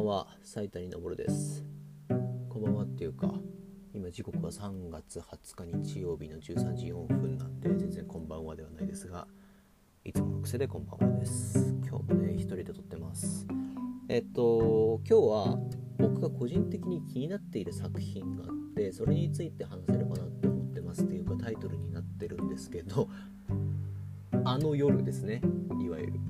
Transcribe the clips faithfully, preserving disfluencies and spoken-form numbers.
は、斉谷昇です。こんばんはっていうか、今時刻はさんがつはつか日曜日のじゅうさんじよんぷんなんで、全然こんばんはではないですが、いつもの癖でこんばんはです。今日もね、一人で撮ってます。えっと、今日は僕が個人的に気になっている作品があって、それについて話せればなって思ってますっていうか、タイトルになってるんですけど、あの夜ですね、いわゆる。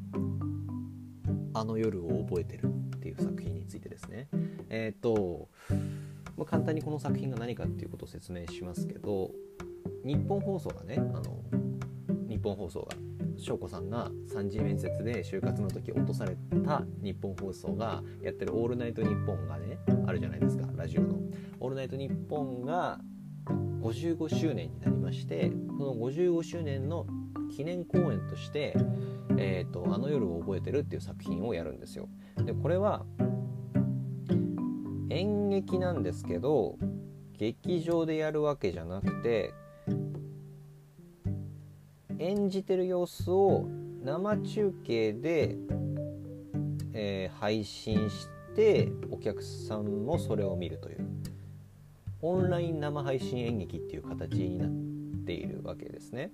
あの夜を覚えてるっていう作品についてですね。えっと、まあ、簡単にこの作品が何かっていうことを説明しますけど、日本放送がね、あの日本放送が翔子さんがさんじ面接で就活の時落とされた日本放送がやってるオールナイトニッポンがねあるじゃないですか。ラジオのオールナイトニッポンがごじゅうごしゅうねんになりまして、そのごじゅうごしゅうねんの記念公演として、えーと、あの夜を覚えてるっていう作品をやるんですよ。でこれは演劇なんですけど、劇場でやるわけじゃなくて、演じてる様子を生中継で、えー、配信してお客さんもそれを見るというオンライン生配信演劇っていう形になっているわけですね。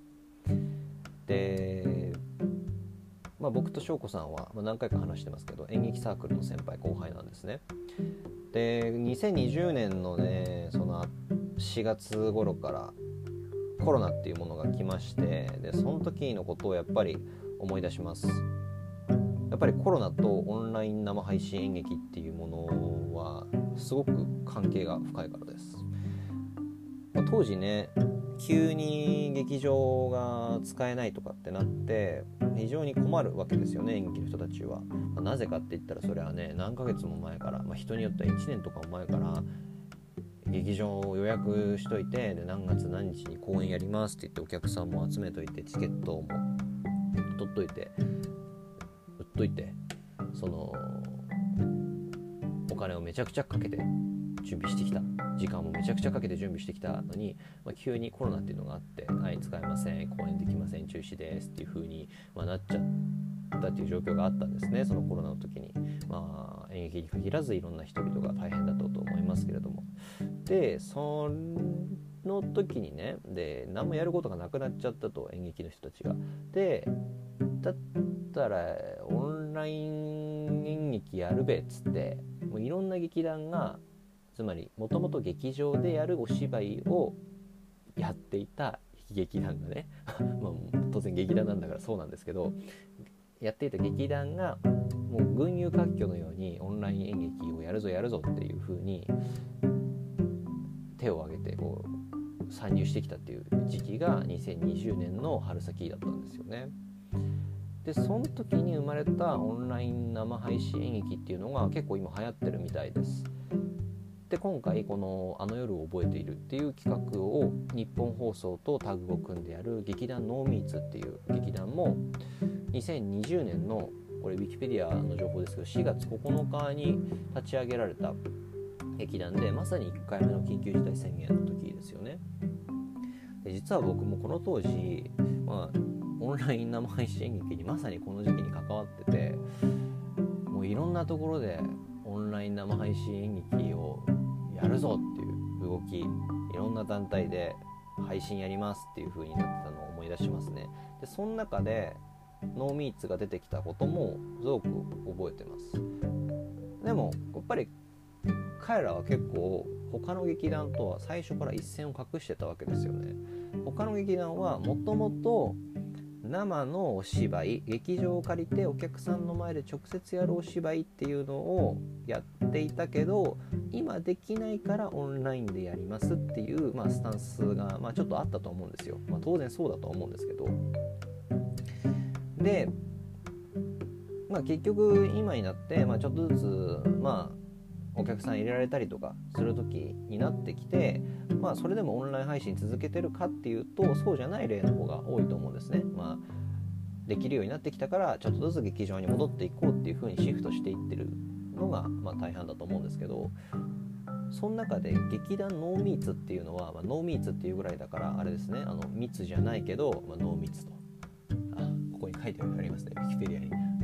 で、まあ、僕と翔子さんは何回か話してますけど、演劇サークルの先輩後輩なんですね。でにせんにじゅうねんのね、そのしがつ頃からコロナっていうものが来まして、でその時のことをやっぱり思い出します。やっぱりコロナとオンライン生配信演劇っていうものはすごく関係が深いからです。まあ、当時ね、急に劇場が使えないとかってなって非常に困るわけですよね、演劇の人たちは。まあ、なぜかって言ったら、それはね、何ヶ月も前から、まあ、人によってはいちねんとかも前から劇場を予約しといて、で何月何日に公演やりますって言ってお客さんも集めといて、チケットも取っといて売っといて、そのお金をめちゃくちゃかけて準備してきた、時間もめちゃくちゃかけて準備してきたのに、まあ、急にコロナっていうのがあって、はい使えません、公演できません、中止ですっていう風に、まあ、なっちゃったっていう状況があったんですね、そのコロナの時に。まあ演劇に限らずいろんな人々が大変だったと思いますけれども、でその時にね、で何もやることがなくなっちゃったと、演劇の人たちが。でだったらオンライン演劇やるべっつって、もういろんな劇団が、つまりもともと劇場でやるお芝居をやっていた劇団がねまあ当然劇団なんだからそうなんですけど、やっていた劇団がもう群雄割拠のようにオンライン演劇をやるぞやるぞっていう風に手を挙げてこう参入してきたっていう時期がにせんにじゅうねんの春先だったんですよね。でその時に生まれたオンライン生配信演劇っていうのが結構今流行ってるみたいです。で今回このあの夜を覚えているっていう企画を日本放送とタッグを組んでやる劇団ノーミーツっていう劇団もにせんにじゅうねんの、これウィキペディアの情報ですけど、しがつここのかに立ち上げられた劇団で、まさにいっかいめの緊急事態宣言の時ですよね。で実は僕もこの当時、まあ、オンライン生配信演劇にまさにこの時期に関わってて、もういろんなところでオンライン生配信演劇をやるぞっていう動き、いろんな団体で配信やりますっていう風になってたのを思い出しますね。でその中でノーミーツが出てきたこともすごく覚えてます。でもやっぱり彼らは結構他の劇団とは最初から一線を画してたわけですよね。他の劇団はもともと生のお芝居、劇場を借りてお客さんの前で直接やるお芝居っていうのをやっていたけど、今できないからオンラインでやりますっていう、まあ、スタンスが、まあ、ちょっとあったと思うんですよ。まあ、当然そうだと思うんですけど、で、まあ、結局今になって、まあ、ちょっとずつ、まあお客さん入れられたりとかする時になってきて、まあそれでもオンライン配信続けてるかっていうと、そうじゃない例の方が多いと思うんですね。まあできるようになってきたからちょっとずつ劇場に戻っていこうっていう風にシフトしていってるのがまあ大半だと思うんですけど、その中で劇団ノーミーツっていうのは、まあ、ノーミーツっていうぐらいだからあれですね、あの密じゃないけど、まあ、ノーミーツと、あここに書いてありますね、ウィキペディアに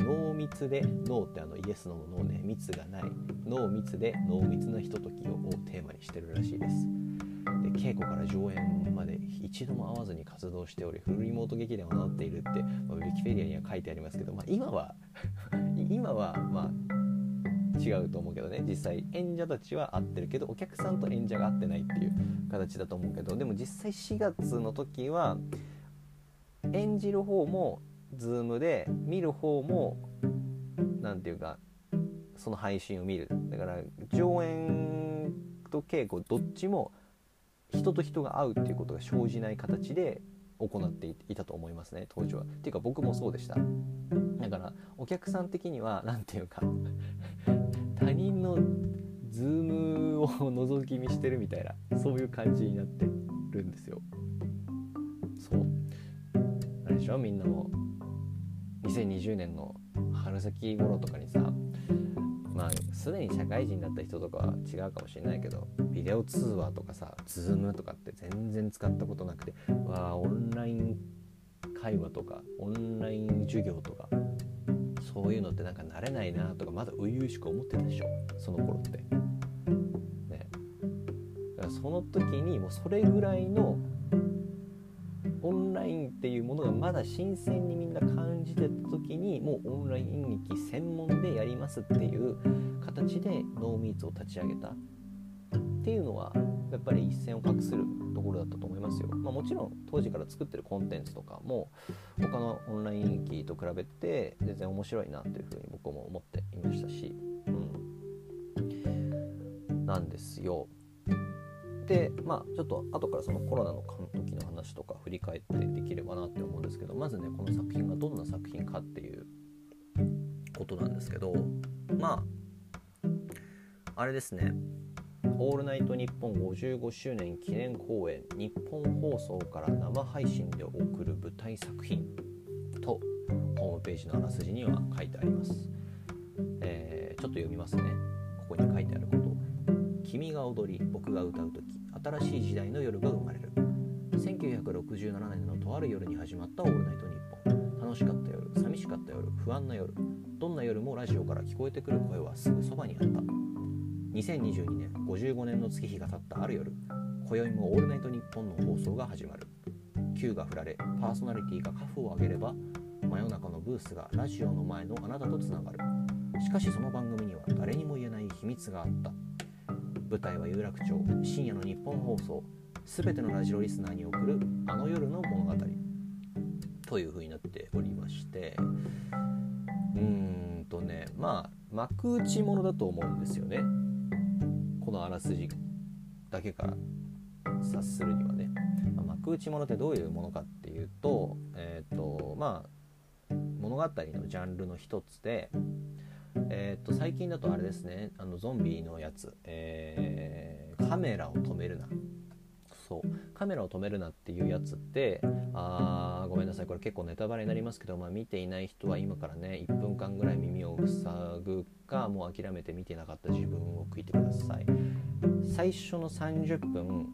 濃密で、濃ってあのイエスノの濃ね、密がない濃密で濃密なひとときをテーマにしてるらしいです。で稽古から上演まで一度も会わずに活動しており、フルリモート劇団を名乗っているって、まあ、ウィキペディアには書いてありますけど、まあ、今は今はまあ違うと思うけどね、実際演者たちは会ってるけどお客さんと演者が会ってないっていう形だと思うけど、でも実際しがつの時は演じる方もズームで、見る方もなんていうかその配信を見る、だから上演と稽古どっちも人と人が会うっていうことが生じない形で行っていたと思いますね、当時は。っていうか僕もそうでした。だからお客さん的にはなんていうか他人のズームを覗き見してるみたいな、そういう感じになってるんですよ。そうあれでしょ、みんなもにせんにじゅうねんの春先頃とかにさ、まあすでに社会人だった人とかは違うかもしれないけど、ビデオ通話とかさ、ズームとかって全然使ったことなくて、わあオンライン会話とかオンライン授業とかそういうのってなんか慣れないなとか、まだ初々しく思ってたでしょ、その頃ってね。だからその時にもうそれぐらいのオンラインっていうものがまだ新鮮にみんな感じてた時に、もうオンライン演劇専門でやりますっていう形でノーミーツを立ち上げたっていうのはやっぱり一線を画するところだったと思いますよ。まあ、もちろん当時から作ってるコンテンツとかも他のオンライン演劇と比べて全然面白いなというふうに僕も思っていましたし、うん、なんですよ。でまあちょっと後からそのコロナの時の話とか振り返ってできればなって思うんですけど、まずねこの作品がどんな作品かっていうことなんですけど、まああれですね、オールナイトニッポンごじゅうごしゅうねん記念公演日本放送から生配信で送る舞台作品とホームページのあらすじには書いてあります。えー、ちょっと読みますね。ここに書いてあること。君が踊り僕が歌うとき、新しい時代の夜が生まれる。せんきゅうひゃくろくじゅうななねんのとある夜に始まったオールナイトニッポン。楽しかった夜、寂しかった夜、不安な夜、どんな夜もラジオから聞こえてくる声はすぐそばにあった。にせんにじゅうにねんごじゅうごねんの月日が経ったある夜、今宵もオールナイトニッポンの放送が始まる。Q が振られ、パーソナリティがカフを上げれば、真夜中のブースがラジオの前のあなたとつながる。しかしその番組には誰にも言えない秘密があった。舞台は有楽町、深夜の日本放送、すべてのラジオリスナーに送るあの夜の物語という風になっておりまして、うーんとねまあ幕内ものだと思うんですよね、このあらすじだけから察するにはね。幕内ものってどういうものかっていうと、えっとまあ物語のジャンルの一つで、えー、と最近だとあれですね、あのゾンビのやつ、えー、カメラを止めるな、そうカメラを止めるなっていうやつって、あーごめんなさいこれ結構ネタバレになりますけど、まあ、見ていない人は今からねいっぷんかんぐらい耳を塞ぐか、もう諦めて見てなかった自分を悔いてください。最初のさんじゅっぷん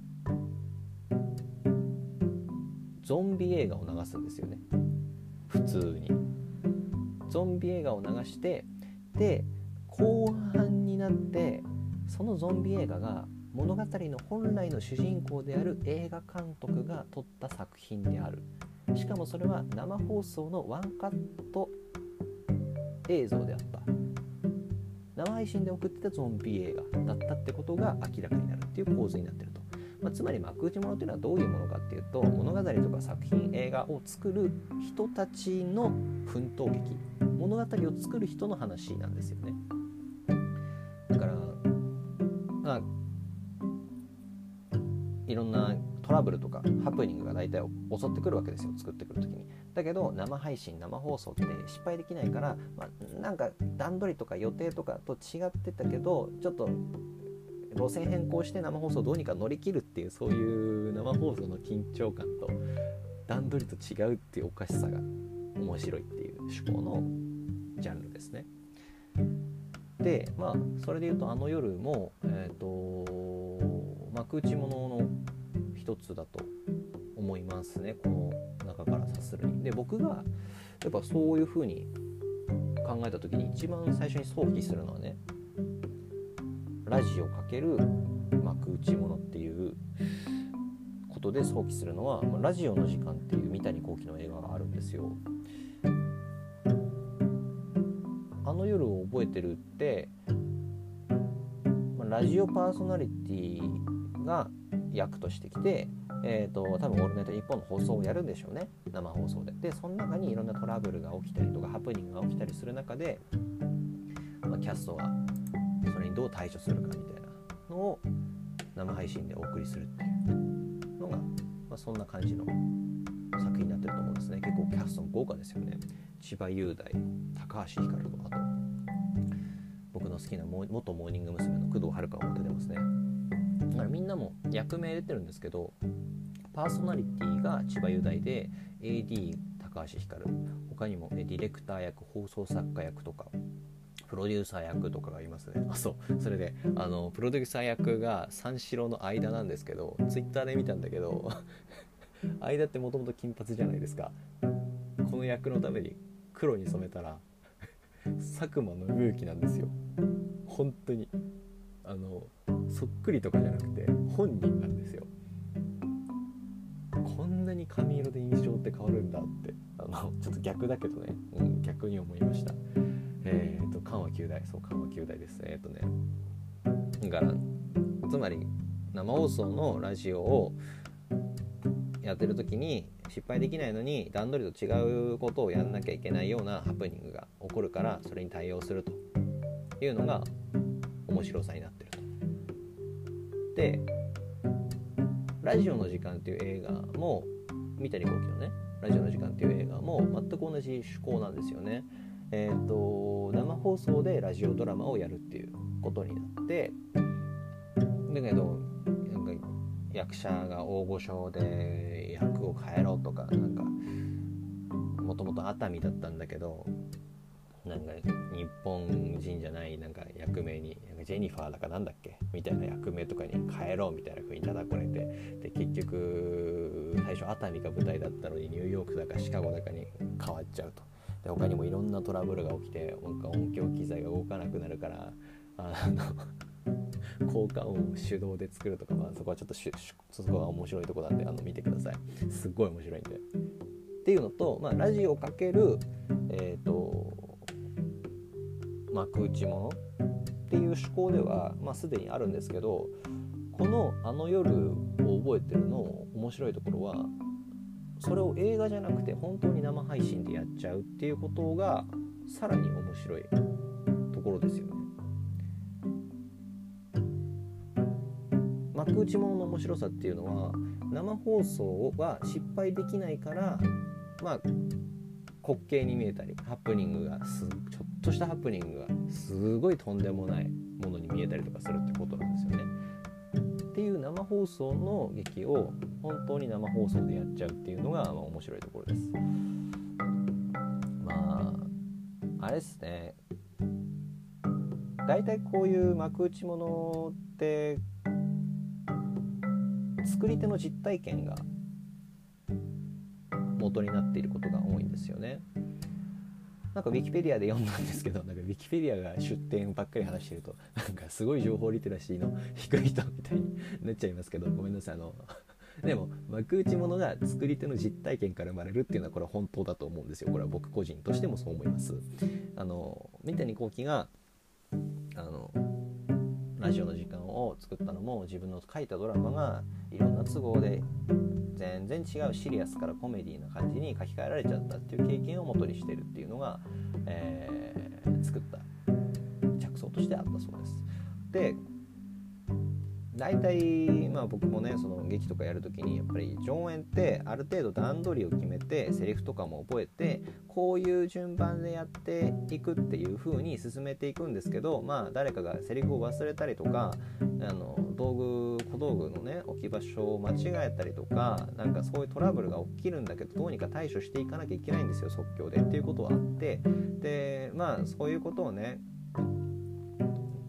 ゾンビ映画を流すんですよね。普通にゾンビ映画を流して、で後半になってそのゾンビ映画が物語の本来の主人公である映画監督が撮った作品である。しかもそれは生放送のワンカット映像であった。生配信で送ってたゾンビ映画だったってことが明らかになるっていう構図になっていると。まあ、つまり幕内ものっていうのはどういうものかっていうと、物語とか作品映画を作る人たちの奮闘劇、物語を作る人の話なんですよね。だからまあいろんなトラブルとかハプニングが大体襲ってくるわけですよ、作ってくるときに。だけど生配信生放送って失敗できないから、まあ、なんか段取りとか予定とかと違ってたけどちょっと路線変更して生放送をどうにか乗り切るっていう、そういう生放送の緊張感と段取りと違うっていうおかしさが面白いっていう趣向のジャンルですね。でまあそれでいうとあの夜も、えーと幕内ものの一つだと思いますね、この中から察するに。で僕がやっぱそういう風に考えた時に一番最初に想起するのはね、ラジオ×幕内ものっていうことで想起するのは、ラジオの時間っていう三谷幸喜の映画があるんですよ。あの夜を覚えてるって、ラジオパーソナリティが役としてきて、えーと、多分オールナイトニッポンの放送をやるんでしょうね、生放送で。でその中にいろんなトラブルが起きたりとかハプニングが起きたりする中で、まあ、キャストがそれにどう対処するかみたいなのを生配信でお送りするっていうのが、まあ、そんな感じの作品になってると思うんですね。結構キャストも豪華ですよね。千葉雄大、高橋ひかると、あと僕の好きな元モーニング娘。の工藤遥も出てますね。だからみんなも役名出てるんですけど、パーソナリティが千葉雄大で エーディー 高橋ひかる、他にも、ね、ディレクター役、放送作家役とかプロデューサー役とかがいますね。あ、そうそれであのプロデューサー役が三四郎の間なんですけど、ツイッターで見たんだけど間ってもともと金髪じゃないですか。この役のために黒に染めたら佐久間信之なんですよ。本当にあのそっくりとかじゃなくて本人なんですよ。こんなに髪色で印象って変わるんだって、あのちょっと逆だけどね、うん、逆に思いました。えーと緩和九大、そう緩和九大ですね。えっとねだからつまり生放送のラジオをやってる時に失敗できないのに段取りと違うことをやんなきゃいけないようなハプニングが起こるから、それに対応するというのが面白さになってると。でラジオの時間っていう映画も三谷幸喜のねラジオの時間っていう映画も全く同じ趣向なんですよね。えーと生放送でラジオドラマをやるっていうことになって、だけどなんか役者が大御所で役を変えろとか、なんかもともと熱海だったんだけどなんか日本人じゃないなんか役名になんかジェニファーだかなんだっけみたいな役名とかに変えろみたいな風に叩かれて、で結局最初熱海が舞台だったのにニューヨークだかシカゴだかに変わっちゃうと。で他にもいろんなトラブルが起きて音響機材が動かなくなるから、あの効果音を手動で作るとか、まあ、そこはちょっとしそこが面白いところなんであの見てください。すっごい面白いんでっていうのと、まあ、ラジオかけるえっと幕内ものっていう趣向では、まあ、すでにあるんですけど、このあの夜を覚えてるの面白いところは、それを映画じゃなくて本当に生配信でやっちゃうっていうことがさらに面白いところですよね。幕内ものの面白さっていうのは、生放送は失敗できないから、まあ滑稽に見えたり、ハプニングがすちょっとしたハプニングがすごいとんでもないものに見えたりとかするってことなんですよね。っていう生放送の劇を本当に生放送でやっちゃうっていうのが、まあ、面白いところです。まああれですね、だいたいこういう幕内ものって作り手の実体験が元になっていることが多いんですよね。なんかウィキペディアで読んだんですけど、なんかウィキペディアが出典ばっかり話してるとなんかすごい情報リテラシーの低い人みたいになっちゃいますけど、ごめんなさい。あのでも幕内ものが作り手の実体験から生まれるっていうのはこれは本当だと思うんですよ。これは僕個人としてもそう思います。あの三谷幸喜があのラジオの時間を作ったのも、自分の書いたドラマがいろんな都合で全然違うシリアスからコメディな感じに書き換えられちゃったっていう経験を元にしてるっていうのが、えー、作った着想としてあったそうです。で大体まあ僕もねその劇とかやるときにやっぱり上演ってある程度段取りを決めてセリフとかも覚えてこういう順番でやっていくっていう風に進めていくんですけど、まあ誰かがセリフを忘れたりとかあの道具小道具のね置き場所を間違えたりとか、なんかそういうトラブルが起きるんだけどどうにか対処していかなきゃいけないんですよ、即興でっていうことはあって、でまあそういうことをね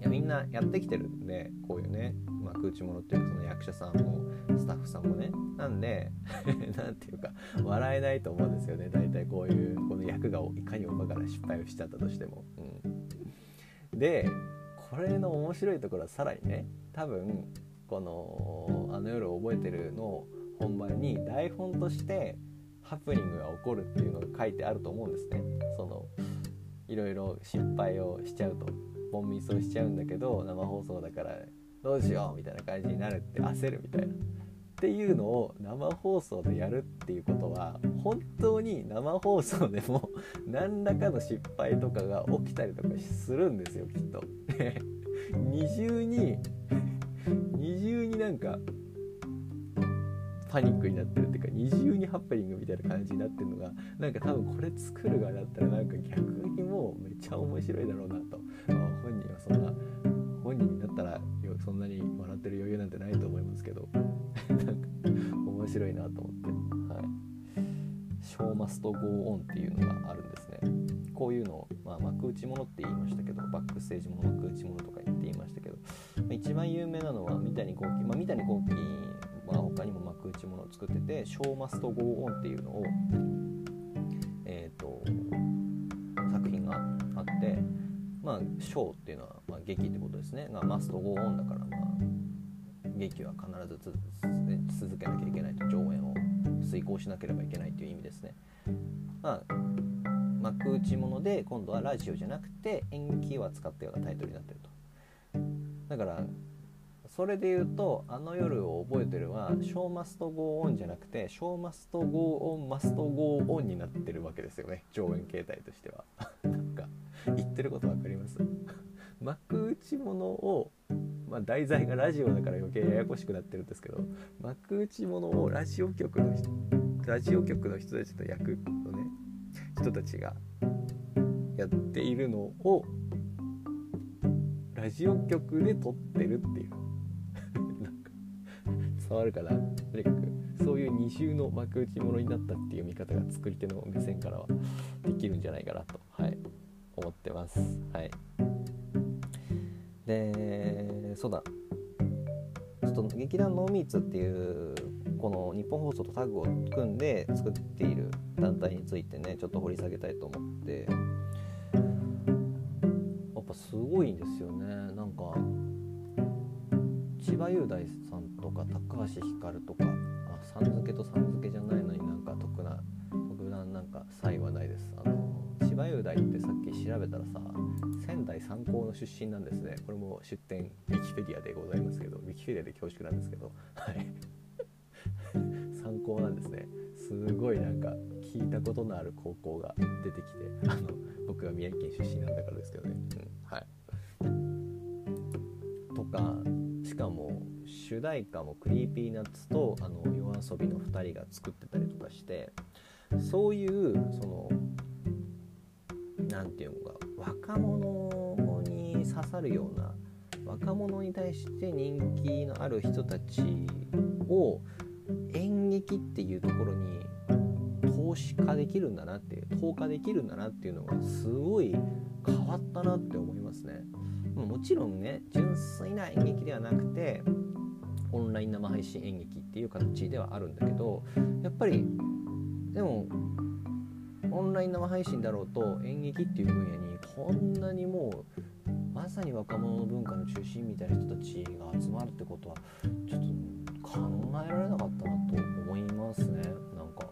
やみんなやってきてるんで、こういうね幕内物っていうか、その役者さんもスタッフさんもね、なんでなんていうか笑えないと思うんですよね。大体こういうこの役がいかにもバカな失敗をしちゃったとしても、うん、でこれの面白いところはさらにね、多分このあの夜を覚えてるの本番に台本としてハプニングが起こるっていうのが書いてあると思うんですね。そのいろいろ失敗をしちゃうと、ボンミスをしちゃうんだけど生放送だからどうしようみたいな感じになるって焦るみたいなっていうのを生放送でやるっていうことは、本当に生放送でも何らかの失敗とかが起きたりとかするんですよ、きっと。二重に二重になんかパニックになってるっていうか、二重にハプニングみたいな感じになってるのが、なんか多分これ作る側だったらなんか逆にもうめっちゃ面白いだろうなと、まあ、本人はそんな本人になったらそんなに笑ってる余裕なんてないと思いますけどなんか面白いなと思って、はい、ショーマストゴーオンっていうのがあるんですね。こういうのを、まあ、幕内ものって言いましたけど、バックステージもの幕内ものとか言って言いましたけど、まあ、一番有名なのは三谷幸喜、まあ、三谷幸喜は他にも幕内ものを作ってて、ショーマストゴーオンっていうのを、えーと、作品があって、まあショーっていうのは、まあ、劇ってことですねがマストゴーオンだから、まあ、劇は必ずつ続けなきゃいけないと、上演を遂行しなければいけないという意味ですね。まあ幕内もので今度はラジオじゃなくて演劇を扱ったようなタイトルになってると。だからそれで言うと、あの夜を覚えてるはショーマストゴーオンじゃなくてショーマストゴーオンマストゴーオンになってるわけですよね、上演形態としては。なんか言ってることわかります？幕内ものを、まあ、題材がラジオだから余計ややこしくなってるんですけど、幕内ものをラジオ局のラジオ局の人たちの役のね人たちがやっているのをラジオ局で撮ってるっていうなんか伝わるかな。とにかくそういう二重の幕内ものになったっていう見方が作り手の目線からはできるんじゃないかなと、はい、思ってます。はい。で、そうだ、ちょっと劇団ノーミーツっていうこの日本放送とタッグを組んで作っている団体についてね、ちょっと掘り下げたいと思って、やっぱすごいんですよね。なんか千葉雄大さんとか高橋ひかるとか、あ、さん付けとさん付けじゃないのになんか特な特段なんか差異はないです。あの千葉雄大ってさっき調べたらさ、仙台三高の出身なんですね。これも出典ウィキペディアでございますけど、ウィキペディアで恐縮なんですけど、はい三高なんですね。すごいなんか聞いたことのある高校が出てきて、あの僕が宮城県出身なんだからですけどね、うん、はい。とか、しかも主題歌もクリーピーナッツとあの夜遊びのふたりが作ってたりとかして、そういうそのなんていうのか、若者に刺さるような、若者に対して人気のある人たちを演劇っていうところに投資化できるんだなっていう、投下できるんだなっていうのがすごい変わったなって思いますね。もちろんね、純粋な演劇ではなくてオンライン生配信演劇っていう形ではあるんだけど、やっぱりでもオンライン生配信だろうと演劇っていう分野にこんなにもうまさに若者の文化の中心みたいな人たちが集まるってことはちょっと考えられなかったなと思いますね。なんか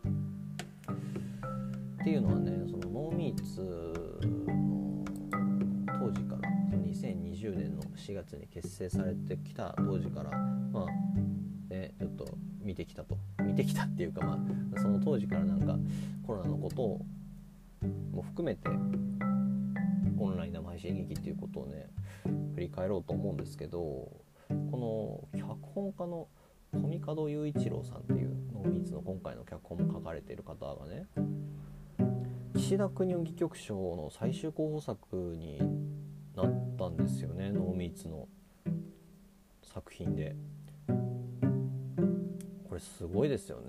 っていうのはね、そのノーミーツの当時からそのにせんにじゅうねんのしがつに結成されてきた当時からまあね、ちょっと見てきたと見てきたっていうか、まあその当時からなんかコロナのことをも含めてオンライン生配信演劇っていうことをね振り返ろうと思うんですけど、この脚本家の富門雄一郎さんっていうノーミーツの今回の脚本も書かれている方がね、岸田国戯曲賞の最終候補作になったんですよね、ノーミーツの作品で。これすごいですよね、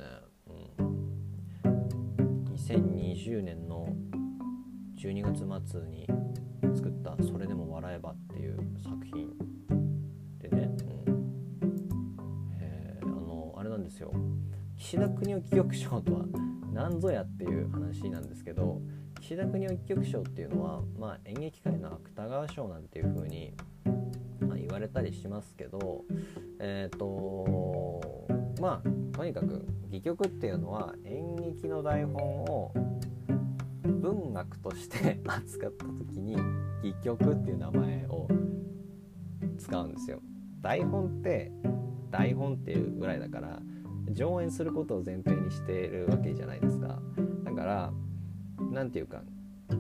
うん、にせんにじゅうねんのじゅうにがつ末に作ったそれでも笑えばっていう作品でね、うん、えー、あのあれなんですよ。岸田國士曲賞とは何ぞやっていう話なんですけど、岸田國士曲賞っていうのは、まあ、演劇界の芥川賞なんていう風に、まあ、言われたりしますけど、えーとまあとにかく戯曲っていうのは演劇の台本を文学として扱った時に戯曲っていう名前を使うんですよ。台本って台本っていうぐらいだから上演することを前提にしているわけじゃないですか。だからなんていうか、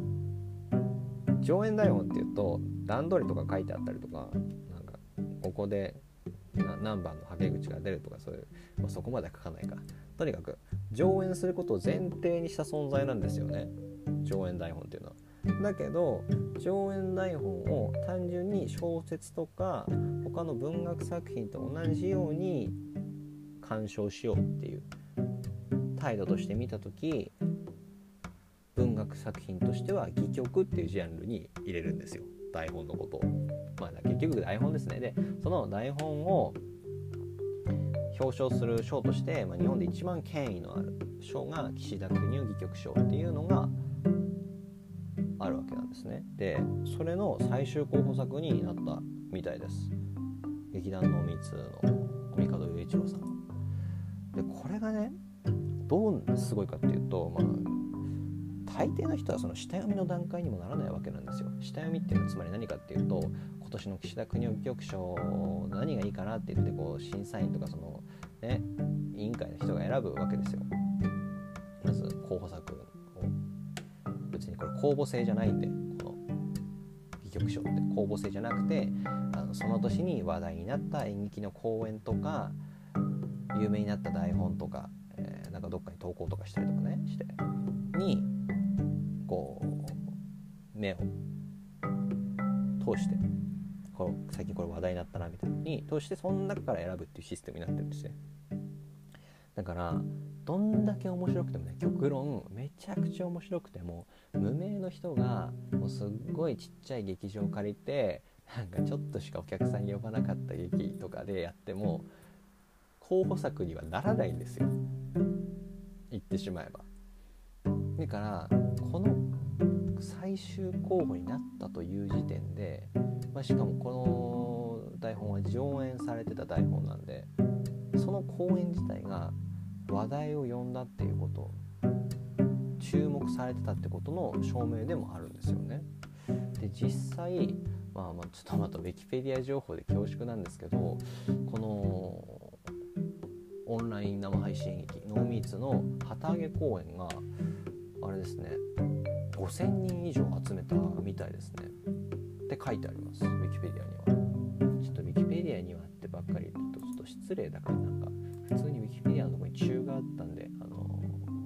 上演台本っていうと段取りとか書いてあったりとか、なんかここで何番のはけ口が出るとか、そういう、まあ、そこまで書かないか。とにかく上演することを前提にした存在なんですよね、上演台本っていうのは。だけど上演台本を単純に小説とか他の文学作品と同じように鑑賞しようっていう態度として見たとき、文学作品としては戯曲っていうジャンルに入れるんですよ、台本のことを。まあ結局台本ですね。でその台本を表彰する賞として、まあ、日本で一番権威のある賞が岸田國士戯曲賞っていうのがあるわけなんですね。でそれの最終候補作になったみたいです、劇団ノーミーツの富門雄一郎さん。でこれがねどうすごいかっていうと、まあ大抵の人はその下読みの段階にもならないわけなんですよ。下読みっていうのはつまり何かっていうと、今年の岸田國士戯曲賞何がいいかなって言ってこう審査員とかその、ね、委員会の人が選ぶわけですよ。まず候補作を、別にこれ公募制じゃないんで、この戯曲賞って公募制じゃなくて、あのその年に話題になった演劇の公演とか有名になった台本とか、えー、なんかどっかに投稿とかしたりとかねしてにこう目を通して、こう最近これ話題になったなみたいなのに通して、その中から選ぶっていうシステムになってるんですね。だからどんだけ面白くてもね、極論めちゃくちゃ面白くても無名の人がもうすっごいちっちゃい劇場を借りて、なんかちょっとしかお客さん呼ばなかった劇とかでやっても候補作にはならないんですよ、言ってしまえば。だからこの最終候補になったという時点で、まあ、しかもこの台本は上演されてた台本なんで、その公演自体が話題を呼んだっていうこと、注目されてたってことの証明でもあるんですよね。で実際、まあ、まあちょっとまたウィキペディア情報で恐縮なんですけど、このオンライン生配信劇ノーミーツの旗揚げ公演があれですね、ごせんにん以上集めたみたいですねって書いてあります、ウィキペディアには。ちょっとウィキペディアにはってばっかり言うとちょっと失礼だから、なんか普通にウィキペディアのところに中があったんで、あの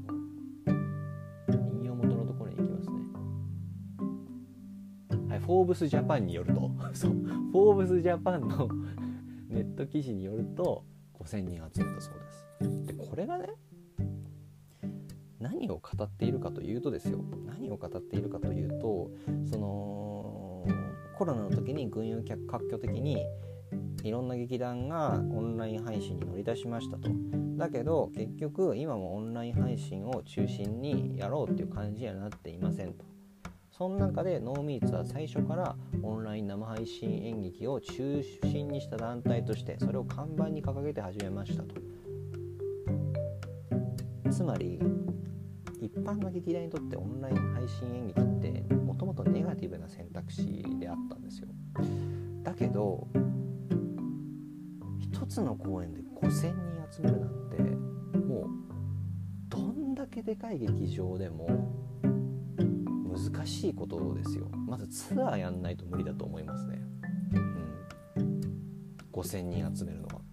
ー、引用元のところに行きますね。はい、フォーブスジャパンによるとそうフォーブスジャパンのネット記事によるとごせんにん集めたそうです。でこれがね何を語っているかというとですよ、何を語っているかというと、そのコロナの時に群雄割拠的にいろんな劇団がオンライン配信に乗り出しましたと。だけど結局今もオンライン配信を中心にやろうっていう感じにはなっていませんと。その中でノーミーツは最初からオンライン生配信演劇を中心にした団体としてそれを看板に掲げて始めましたと。つまり一般の劇団にとってオンライン配信演劇ってもともとネガティブな選択肢であったんですよ。だけど一つの公演でごせんにん集めるなんて、もうどんだけでかい劇場でも難しいことですよ。まずツアーやんないと無理だと思いますね、うん、ごせんにん集めるのは。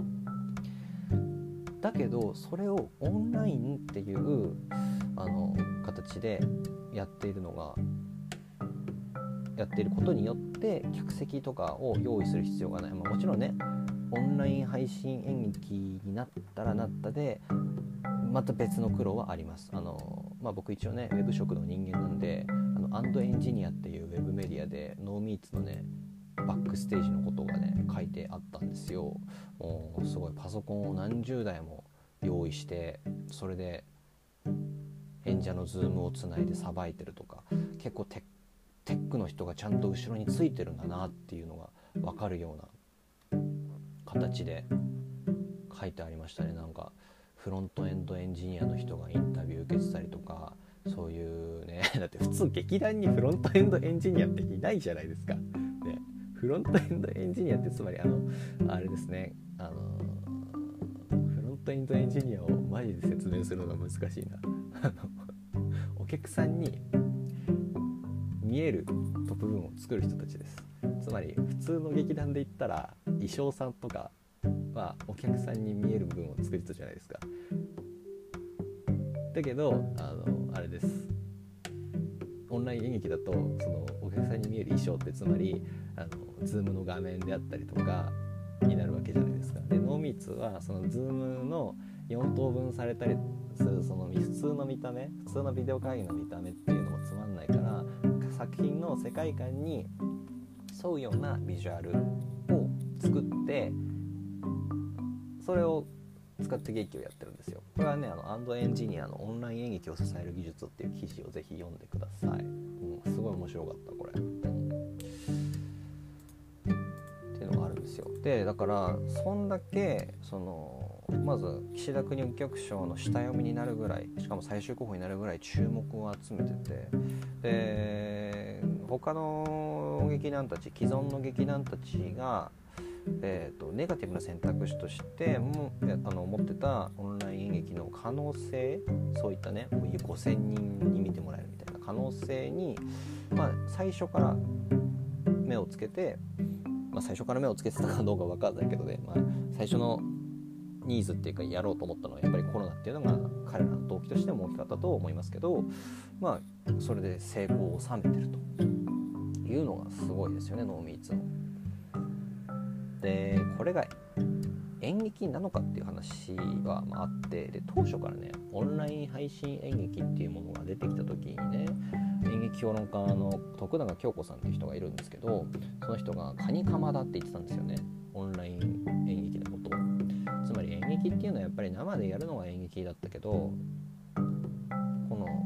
だけどそれをオンラインっていうあの形でやっているのがやっていることによって客席とかを用意する必要がない、まあ、もちろんねオンライン配信演劇になったらなったでまた別の苦労はあります。あの、まあ、僕一応ねウェブ職の人間なんで、あのアンドエンジニアっていうウェブメディアでノーミーツのねバックステージのことがね書いてあったんですよ。もうすごいパソコンを何十台も用意して、それで演者のズームをつないでさばいてるとか、結構テッテックの人がちゃんと後ろについてるんだなっていうのが分かるような形で書いてありましたね。なんかフロントエンドエンジニアの人がインタビュー受けてたりとか、そういうねだって普通劇団にフロントエンドエンジニアっていないじゃないですか、ね、フロントエンドエンジニアってつまりあのあれですね、あのフロントエンドエンジニアをマジで説明するのが難しいなあのお客さんに見える部分を作る人たちです。つまり普通の劇団で言ったら衣装さんとかはお客さんに見える部分を作る人じゃないですか。だけどあのあれです、オンライン演劇だとそのお客さんに見える衣装ってつまりあのズームの画面であったりとかになるわけじゃないですか。でノーミーツはそのズームのよん等分されたりするその普通の見た目、普通のビデオ会議の見た目っていうのもつまんないから、作品の世界観に沿うようなビジュアルを作って、それを使って劇をやってるんですよ。これはね、あのアンドエンジニアのオンライン演劇を支える技術っていう記事をぜひ読んでください。うん、すごい面白かったこれ、うん、っていうのがあるんですよ。でだからそんだけそのまず岸田國士局長の下読みになるぐらい、しかも最終候補になるぐらい注目を集めてて、で他の劇団たち、既存の劇団たちがえー、とネガティブな選択肢としてもあの持ってたオンライン演劇の可能性、そういったねごせんにんに見てもらえるみたいな可能性に、まあ、最初から目をつけて、まあ、最初から目をつけてたかどうか分かんないけどね、まあ、最初のニーズっていうかやろうと思ったのはやっぱりコロナっていうのが彼らの動機としても大きかったと思いますけど、まあそれで成功を収めてるというのがすごいですよね、ノーミーツの。でこれが演劇なのかっていう話はあって、で当初からねオンライン配信演劇っていうものが出てきた時にね、演劇評論家の徳永京子さんっていう人がいるんですけど、その人がカニカマだって言ってたんですよね、オンライン演劇のことを。つまり演劇っていうのはやっぱり生でやるのが演劇だったけど、この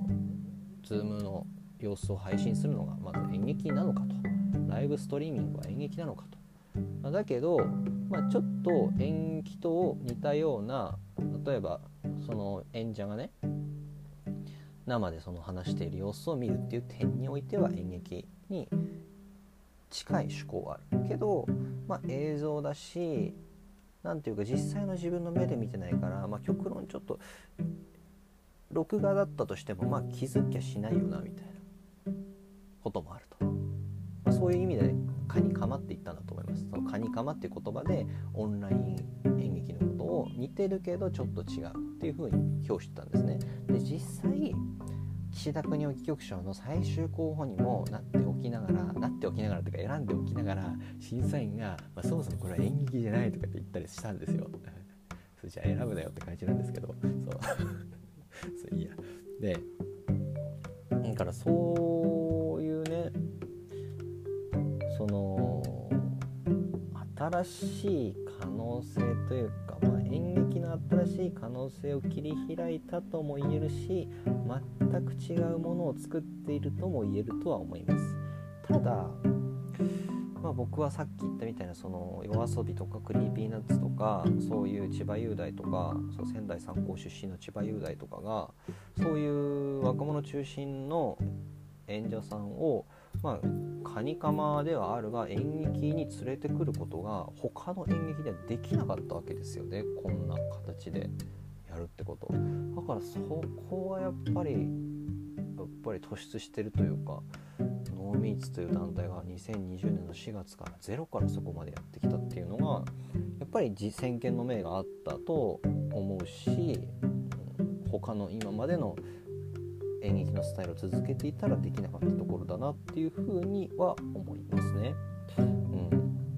Zoom の様子を配信するのがまず演劇なのかと、ライブストリーミングは演劇なのかと。だけど、まあ、ちょっと演劇と似たような、例えばその演者がね生でその話している様子を見るっていう点においては演劇に近い趣向はあるけど、まあ、映像だし、なんていうか実際の自分の目で見てないから、まあ、極論ちょっと録画だったとしてもまあ気づきゃしないよなみたいなこともあると、まあ、そういう意味でカニカマって言ったんだと思います。そのカニカマっていう言葉でオンライン演劇のことを似てるけどちょっと違うっていう風に評してたんですね。で実際岸田國士局長の最終候補にもなっておきながらなっておきながらというか選んでおきながら審査員が、まあ、そもそもこれは演劇じゃないとかって言ったりしたんですよそれじゃあ選ぶなよって感じなんですけど、そうそういいや。でだからそういうね、その新しい可能性というか、まあ、演劇の新しい可能性を切り開いたとも言えるし、全く違うものを作っているとも言えるとは思います。ただ、まあ、僕はさっき言ったみたいなその夜遊びとかクリーピーナッツとかそういう千葉雄大とかそう仙台三高出身の千葉雄大とかがそういう若者中心の演者さんをまあ、カニカマではあるが演劇に連れてくることが他の演劇ではできなかったわけですよね、こんな形でやるってこと。だからそこはやっぱりやっぱり突出してるというか、ノーミーツという団体がにせんにじゅうねんのしがつからゼロからそこまでやってきたっていうのがやっぱり先見の明があったと思うし、他の今までの演劇のスタイルを続けていたらできなかったところだなっていうふうには思いますね、うん、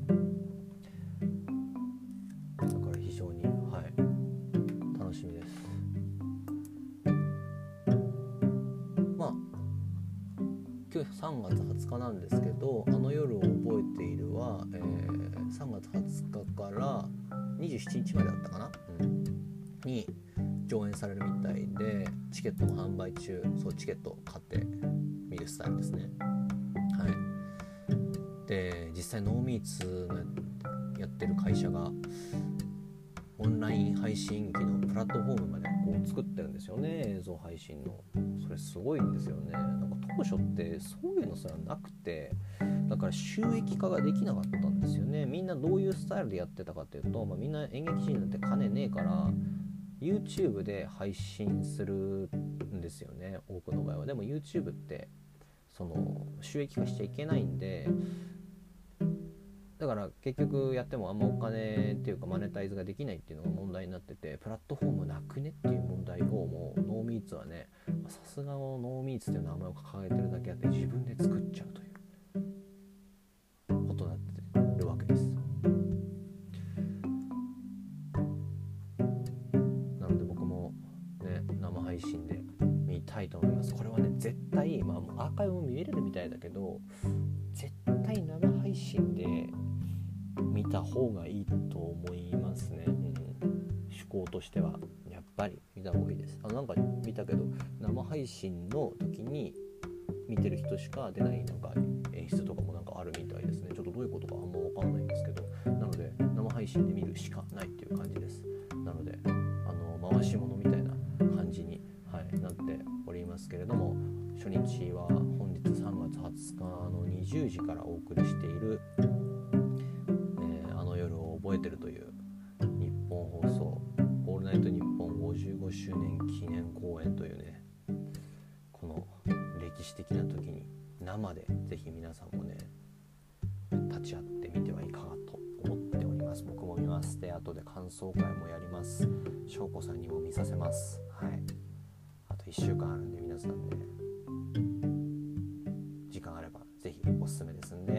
だから非常に、はい、楽しみです。まあ去今日さんがつはつかなんですけど、あの夜を覚えているは、えー、さんがつはつかからにじゅうしちにちまでだったかな、うん、に上演されるみたいで、チケットも販売中。そうチケットを買って見るスタイルですね。はい。で実際ノーミーツのやってる会社がオンライン配信機のプラットフォームまでこう作ってるんですよね、映像配信の。それすごいんですよね。なんか当初ってそういうのすらなくて、だから収益化ができなかったんですよね。みんなどういうスタイルでやってたかというと、まあ、みんな演劇人なんて金ねえからYouTube で配信するんですよね、多くの場合は。でも YouTube ってその収益化しちゃいけないんで、だから結局やってもあんまお金っていうかマネタイズができないっていうのが問題になってて、プラットフォームなくねっていう問題をもうノーミーツはね、さすがのノーミーツっていう名前を掲げてるだけあって自分で作っちゃうということになってるわけです。なので僕もね、生配信で見たいと思います。これはね絶対、まあ、アーカイブも見れるみたいだけど、絶対生配信で見た方がいいと思いますね、うん、趣向としてはやっぱり見た方がいいです。あのなんか見たけど、生配信の時に見てる人しか出ないなんか演出とかもなんかあるみたいですね。ちょっとどういうことかあんま分かんないんですけど、なので生配信で見るしかないっていう感じです。なのであの回し物みたいな感じに、はい、なっておりますけれども、初日は本日さんがつはつかのにじゅうじからお送りしている、えー、あの夜を覚えてるという日本放送オールナイトニッポンごじゅうごしゅうねん記念公演というね、この歴史的な時に生でぜひ皆さんもね立ち会ってみてはいかがと思っております。僕も見ます。で後で感想会もやります。翔子さんにも見させます。はい。あといっしゅうかんあるんで皆さんね、時間あればぜひおすすめですんで